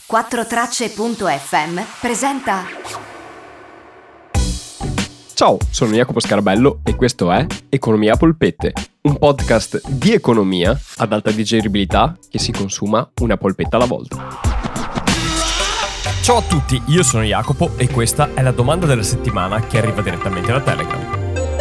4Tracce.fm presenta. Ciao, sono Jacopo Scarabello e questo è Economia a polpette, un podcast di economia ad alta digeribilità che si consuma una polpetta alla volta. Ciao a tutti, io sono Jacopo e questa è la domanda della settimana che arriva direttamente da Telegram.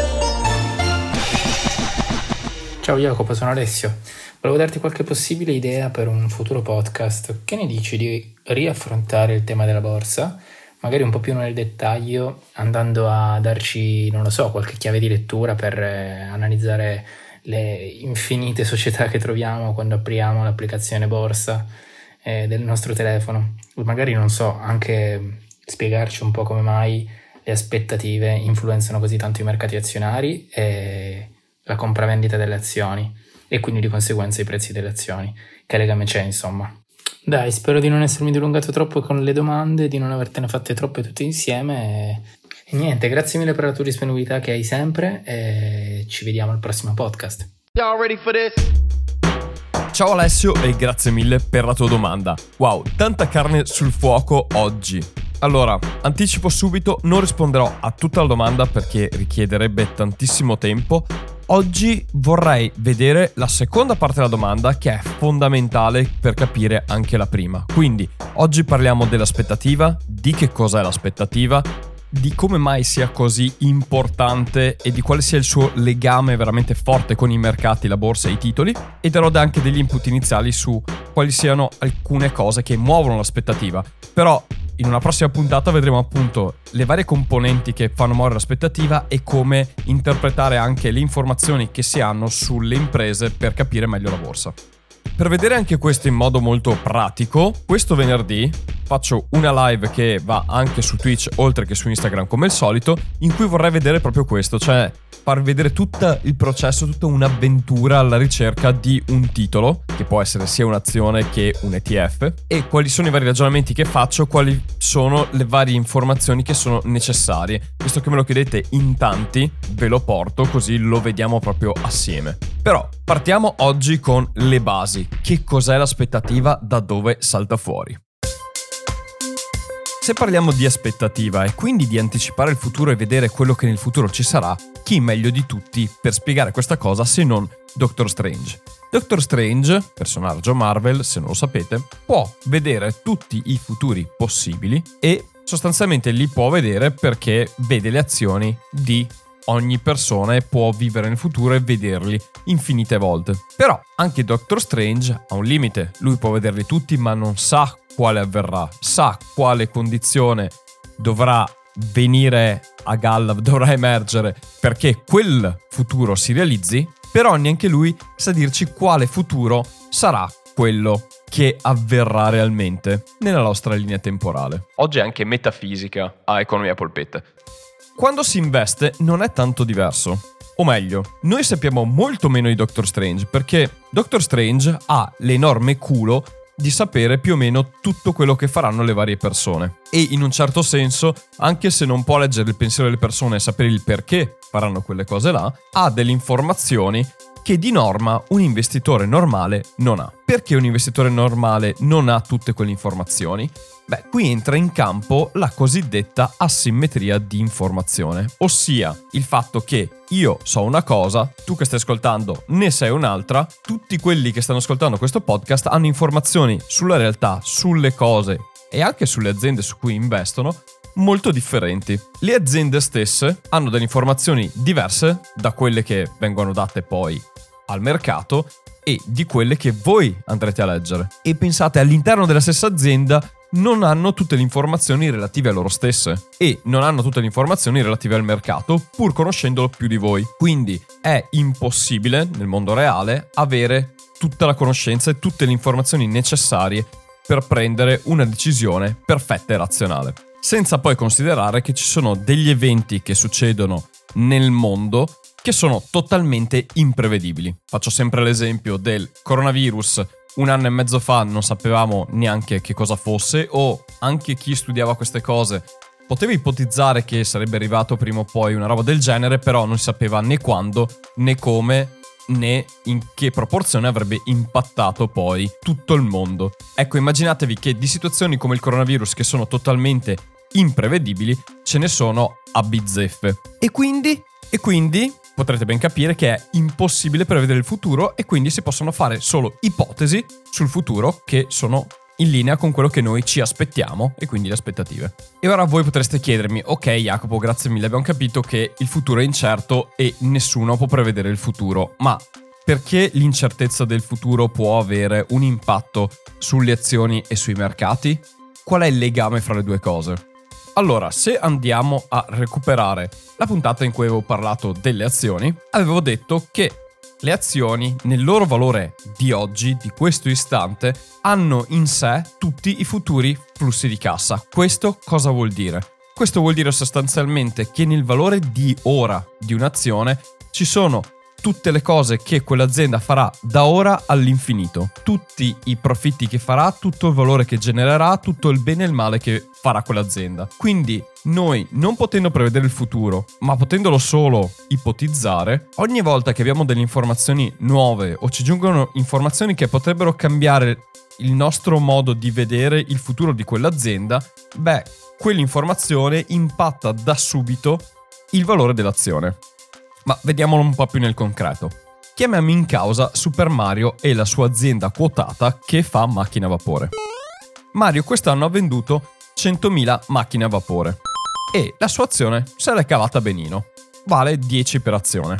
Ciao Jacopo, sono Alessio. Volevo darti qualche possibile idea per un futuro podcast. Che ne dici di riaffrontare il tema della borsa, magari un po' più nel dettaglio, andando a darci, non lo so, qualche chiave di lettura per analizzare le infinite società che troviamo quando apriamo l'applicazione borsa del nostro telefono. Magari, non so, anche spiegarci un po' come mai le aspettative influenzano così tanto i mercati azionari e la compravendita delle azioni e quindi di conseguenza i prezzi delle azioni. Che legame c'è, insomma? Dai, spero di non essermi dilungato troppo con le domande, di non avertene fatte troppe tutte insieme e niente, grazie mille per la tua disponibilità che hai sempre e ci vediamo al prossimo podcast. Y'all ready for this? Ciao Alessio e grazie mille per la tua domanda. Wow, tanta carne sul fuoco oggi. Allora, anticipo subito, non risponderò a tutta la domanda perché richiederebbe tantissimo tempo. Oggi vorrei vedere la seconda parte della domanda, che è fondamentale per capire anche la prima. Quindi, oggi parliamo dell'aspettativa, di che cos'è l'aspettativa, di come mai sia così importante e di quale sia il suo legame veramente forte con i mercati, la borsa e i titoli, e darò anche degli input iniziali su quali siano alcune cose che muovono l'aspettativa. Però in una prossima puntata vedremo appunto le varie componenti che fanno muovere l'aspettativa e come interpretare anche le informazioni che si hanno sulle imprese per capire meglio la borsa. Per vedere anche questo in modo molto pratico, questo venerdì faccio una live che va anche su Twitch oltre che su Instagram come al solito, in cui vorrei vedere proprio questo, cioè far vedere tutto il processo, tutta un'avventura alla ricerca di un titolo, che può essere sia un'azione che un ETF, e quali sono i vari ragionamenti che faccio, quali sono le varie informazioni che sono necessarie. Visto che me lo chiedete in tanti, ve lo porto così lo vediamo proprio assieme. Però partiamo oggi con le basi. Che cos'è l'aspettativa? Da dove salta fuori? Se parliamo di aspettativa e quindi di anticipare il futuro e vedere quello che nel futuro ci sarà, chi meglio di tutti per spiegare questa cosa se non Doctor Strange? Doctor Strange, personaggio Marvel, se non lo sapete, può vedere tutti i futuri possibili e sostanzialmente li può vedere perché vede le azioni di ogni persona e può vivere nel futuro e vederli infinite volte. Però anche Doctor Strange ha un limite, lui può vederli tutti ma non sa quale avverrà, sa quale condizione dovrà venire a galla, dovrà emergere perché quel futuro si realizzi, però neanche lui sa dirci quale futuro sarà quello che avverrà realmente nella nostra linea temporale. Oggi è anche metafisica a Economia a polpette. Quando si investe non è tanto diverso. O meglio, noi sappiamo molto meno di Doctor Strange perché Doctor Strange ha l'enorme culo di sapere più o meno tutto quello che faranno le varie persone. E in un certo senso, anche se non può leggere il pensiero delle persone e sapere il perché faranno quelle cose là, ha delle informazioni che di norma un investitore normale non ha. Perché un investitore normale non ha tutte quelle informazioni? Beh, qui entra in campo la cosiddetta asimmetria di informazione, ossia il fatto che io so una cosa, tu che stai ascoltando ne sai un'altra, tutti quelli che stanno ascoltando questo podcast hanno informazioni sulla realtà, sulle cose e anche sulle aziende su cui investono molto differenti. Le aziende stesse hanno delle informazioni diverse da quelle che vengono date poi al mercato e di quelle che voi andrete a leggere. E pensate, all'interno della stessa azienda non hanno tutte le informazioni relative a loro stesse e non hanno tutte le informazioni relative al mercato pur conoscendolo più di voi. Quindi è impossibile nel mondo reale avere tutta la conoscenza e tutte le informazioni necessarie per prendere una decisione perfetta e razionale. Senza poi considerare che ci sono degli eventi che succedono nel mondo che sono totalmente imprevedibili. Faccio sempre l'esempio del coronavirus. 1 anno e mezzo fa non sapevamo neanche che cosa fosse, o anche chi studiava queste cose poteva ipotizzare che sarebbe arrivato prima o poi una roba del genere, però non si sapeva né quando né come né in che proporzione avrebbe impattato poi tutto il mondo. Ecco, immaginatevi che di situazioni come il coronavirus, che sono totalmente imprevedibili, ce ne sono a bizzeffe. E quindi potrete ben capire che è impossibile prevedere il futuro, e quindi si possono fare solo ipotesi sul futuro che sono in linea con quello che noi ci aspettiamo, e quindi le aspettative. E ora voi potreste chiedermi: ok Jacopo, grazie mille, abbiamo capito che il futuro è incerto e nessuno può prevedere il futuro, ma perché l'incertezza del futuro può avere un impatto sulle azioni e sui mercati? Qual è il legame fra le due cose? Allora, se andiamo a recuperare la puntata in cui avevo parlato delle azioni, avevo detto che le azioni, nel loro valore di oggi, di questo istante, hanno in sé tutti i futuri flussi di cassa. Questo cosa vuol dire? Questo vuol dire sostanzialmente che nel valore di ora di un'azione ci sono tutte le cose che quell'azienda farà da ora all'infinito, tutti i profitti che farà, tutto il valore che genererà, tutto il bene e il male che farà quell'azienda. Quindi noi, non potendo prevedere il futuro, ma potendolo solo ipotizzare, ogni volta che abbiamo delle informazioni nuove o ci giungono informazioni che potrebbero cambiare il nostro modo di vedere il futuro di quell'azienda, quell'informazione impatta da subito il valore dell'azione. Ma vediamolo un po' più nel concreto. Chiamiamo in causa Super Mario e la sua azienda quotata che fa macchine a vapore. Mario quest'anno ha venduto 100.000 macchine a vapore e la sua azione se l'è cavata benino, vale 10 per azione.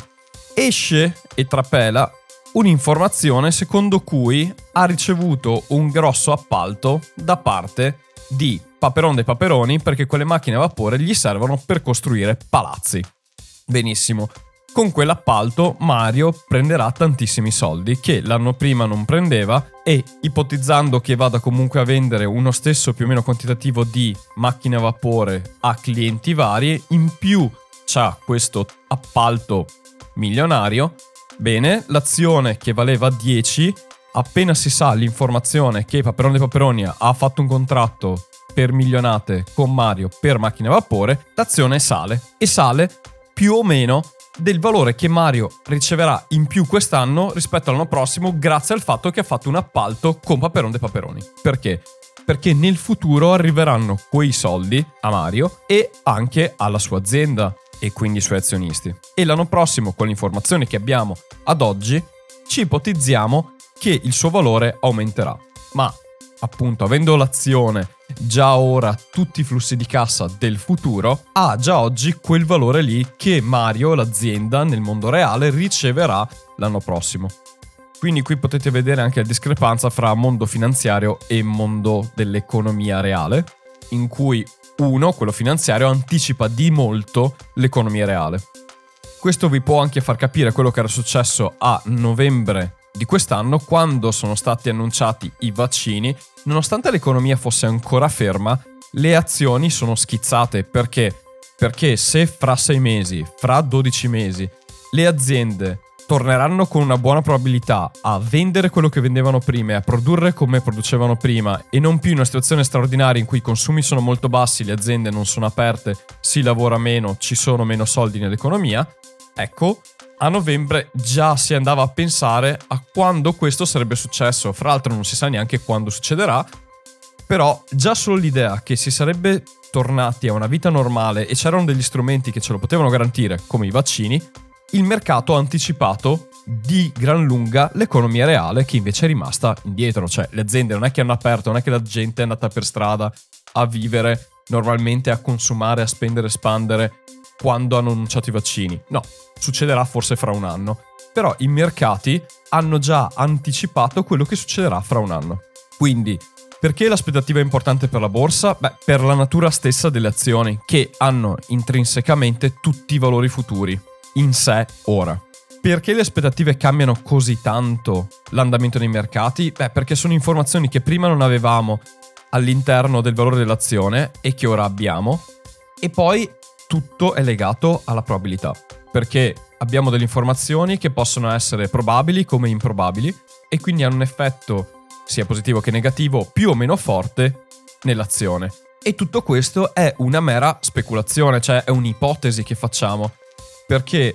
Esce e trapela un'informazione secondo cui ha ricevuto un grosso appalto da parte di Paperon dei Paperoni, perché quelle macchine a vapore gli servono per costruire palazzi. Benissimo. Con quell'appalto Mario prenderà tantissimi soldi che l'anno prima non prendeva, e ipotizzando che vada comunque a vendere uno stesso più o meno quantitativo di macchine a vapore a clienti vari, in più c'ha questo appalto milionario, bene, l'azione che valeva 10, appena si sa l'informazione che Paperon dei Paperoni ha fatto un contratto per milionate con Mario per macchine a vapore, l'azione sale, e sale più o meno del valore che Mario riceverà in più quest'anno rispetto all'anno prossimo, grazie al fatto che ha fatto un appalto con Paperon dei Paperoni. Perché? Perché nel futuro arriveranno quei soldi a Mario e anche alla sua azienda e quindi ai suoi azionisti. E l'anno prossimo, con le informazioni che abbiamo ad oggi, ci ipotizziamo che il suo valore aumenterà. Ma appunto, avendo l'azione già ora tutti i flussi di cassa del futuro, ha già oggi quel valore lì che Mario, l'azienda, nel mondo reale riceverà l'anno prossimo. Quindi qui potete vedere anche la discrepanza fra mondo finanziario e mondo dell'economia reale, in cui uno, quello finanziario, anticipa di molto l'economia reale. Questo vi può anche far capire quello che era successo a novembre di quest'anno, quando sono stati annunciati i vaccini. Nonostante l'economia fosse ancora ferma, le azioni sono schizzate. Perché? Perché se fra 6 mesi, fra 12 mesi, le aziende torneranno con una buona probabilità a vendere quello che vendevano prima e a produrre come producevano prima, e non più in una situazione straordinaria in cui i consumi sono molto bassi, le aziende non sono aperte, si lavora meno, ci sono meno soldi nell'economia, ecco, a novembre già si andava a pensare a quando questo sarebbe successo. Fra l'altro non si sa neanche quando succederà, però già solo l'idea che si sarebbe tornati a una vita normale e c'erano degli strumenti che ce lo potevano garantire, come i vaccini, il mercato ha anticipato di gran lunga l'economia reale, che invece è rimasta indietro. Cioè le aziende non è che hanno aperto, non è che la gente è andata per strada a vivere normalmente, a consumare, a spendere, espandere quando hanno annunciato i vaccini. No, succederà forse fra un anno, però i mercati hanno già anticipato quello che succederà fra un anno. Quindi, perché l'aspettativa è importante per la borsa? Per la natura stessa delle azioni, che hanno intrinsecamente tutti i valori futuri in sé ora. Perché le aspettative cambiano così tanto l'andamento dei mercati? Perché sono informazioni che prima non avevamo all'interno del valore dell'azione e che ora abbiamo, e poi tutto è legato alla probabilità, perché abbiamo delle informazioni che possono essere probabili come improbabili, e quindi hanno un effetto sia positivo che negativo più o meno forte nell'azione. E tutto questo è una mera speculazione, cioè è un'ipotesi che facciamo, perché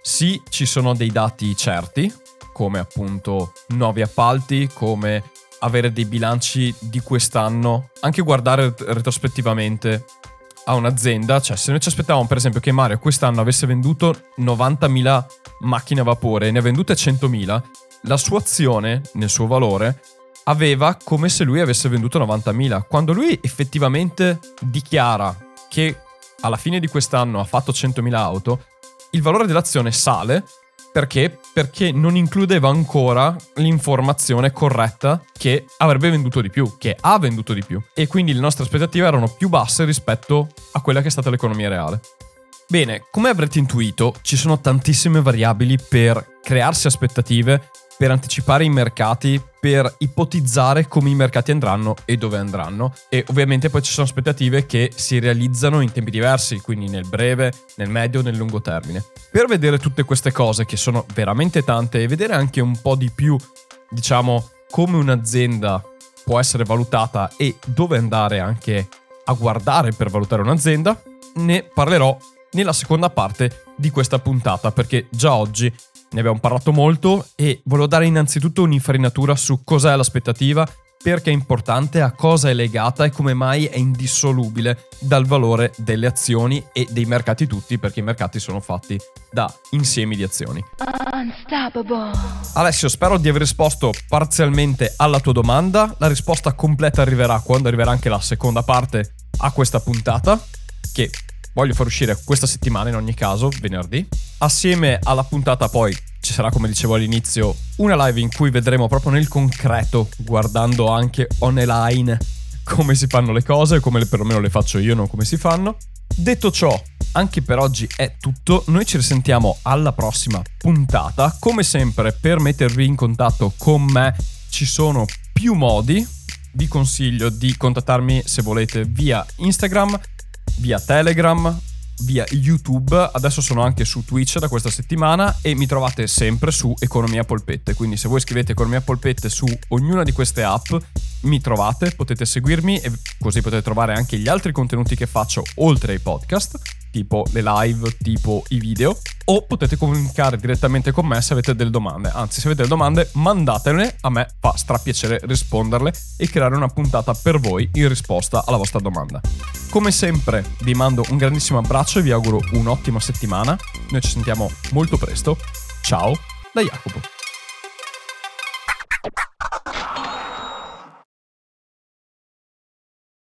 Sì, ci sono dei dati certi, come appunto nuovi appalti, come avere dei bilanci di quest'anno, anche guardare retrospettivamente a un'azienda. Cioè, se noi ci aspettavamo per esempio che Mario quest'anno avesse venduto 90.000 macchine a vapore e ne ha vendute 100.000, la sua azione nel suo valore aveva come se lui avesse venduto 90.000. Quando lui effettivamente dichiara che alla fine di quest'anno ha fatto 100.000 auto, il valore dell'azione sale. Perché? Perché non includeva ancora l'informazione corretta che avrebbe venduto di più, che ha venduto di più. E quindi le nostre aspettative erano più basse rispetto a quella che è stata l'economia reale. Bene, come avrete intuito, ci sono tantissime variabili per crearsi aspettative, per anticipare i mercati, per ipotizzare come i mercati andranno e dove andranno. E ovviamente poi ci sono aspettative che si realizzano in tempi diversi, quindi nel breve, nel medio, nel lungo termine. Per vedere tutte queste cose, che sono veramente tante, e vedere anche un po' di più, diciamo, come un'azienda può essere valutata e dove andare anche a guardare per valutare un'azienda, ne parlerò nella seconda parte di questa puntata, perché già oggi ne abbiamo parlato molto e volevo dare innanzitutto un'infarinatura su cos'è l'aspettativa, perché è importante, a cosa è legata e come mai è indissolubile dal valore delle azioni e dei mercati tutti, perché i mercati sono fatti da insiemi di azioni. Unstoppable. Alessio, spero di aver risposto parzialmente alla tua domanda. La risposta completa arriverà quando arriverà anche la seconda parte a questa puntata, che voglio far uscire questa settimana in ogni caso, venerdì. Assieme alla puntata poi ci sarà, come dicevo all'inizio, una live in cui vedremo proprio nel concreto, guardando anche online come si fanno le cose, come perlomeno le faccio io, non come si fanno. Detto ciò, anche per oggi è tutto. Noi ci risentiamo alla prossima puntata. Come sempre, per mettervi in contatto con me ci sono più modi. Vi consiglio di contattarmi se volete via Instagram, via Telegram, via YouTube. Adesso sono anche su Twitch da questa settimana e mi trovate sempre su Economia Polpette. Quindi se voi scrivete Economia Polpette su ognuna di queste app mi trovate, potete seguirmi e così potete trovare anche gli altri contenuti che faccio oltre ai podcast, tipo le live, tipo i video, o potete comunicare direttamente con me se avete delle domande. Anzi, se avete delle domande mandatele, a me fa strapiacere risponderle e creare una puntata per voi in risposta alla vostra domanda. Come sempre vi mando un grandissimo abbraccio e vi auguro un'ottima settimana. Noi ci sentiamo molto presto. Ciao da Jacopo.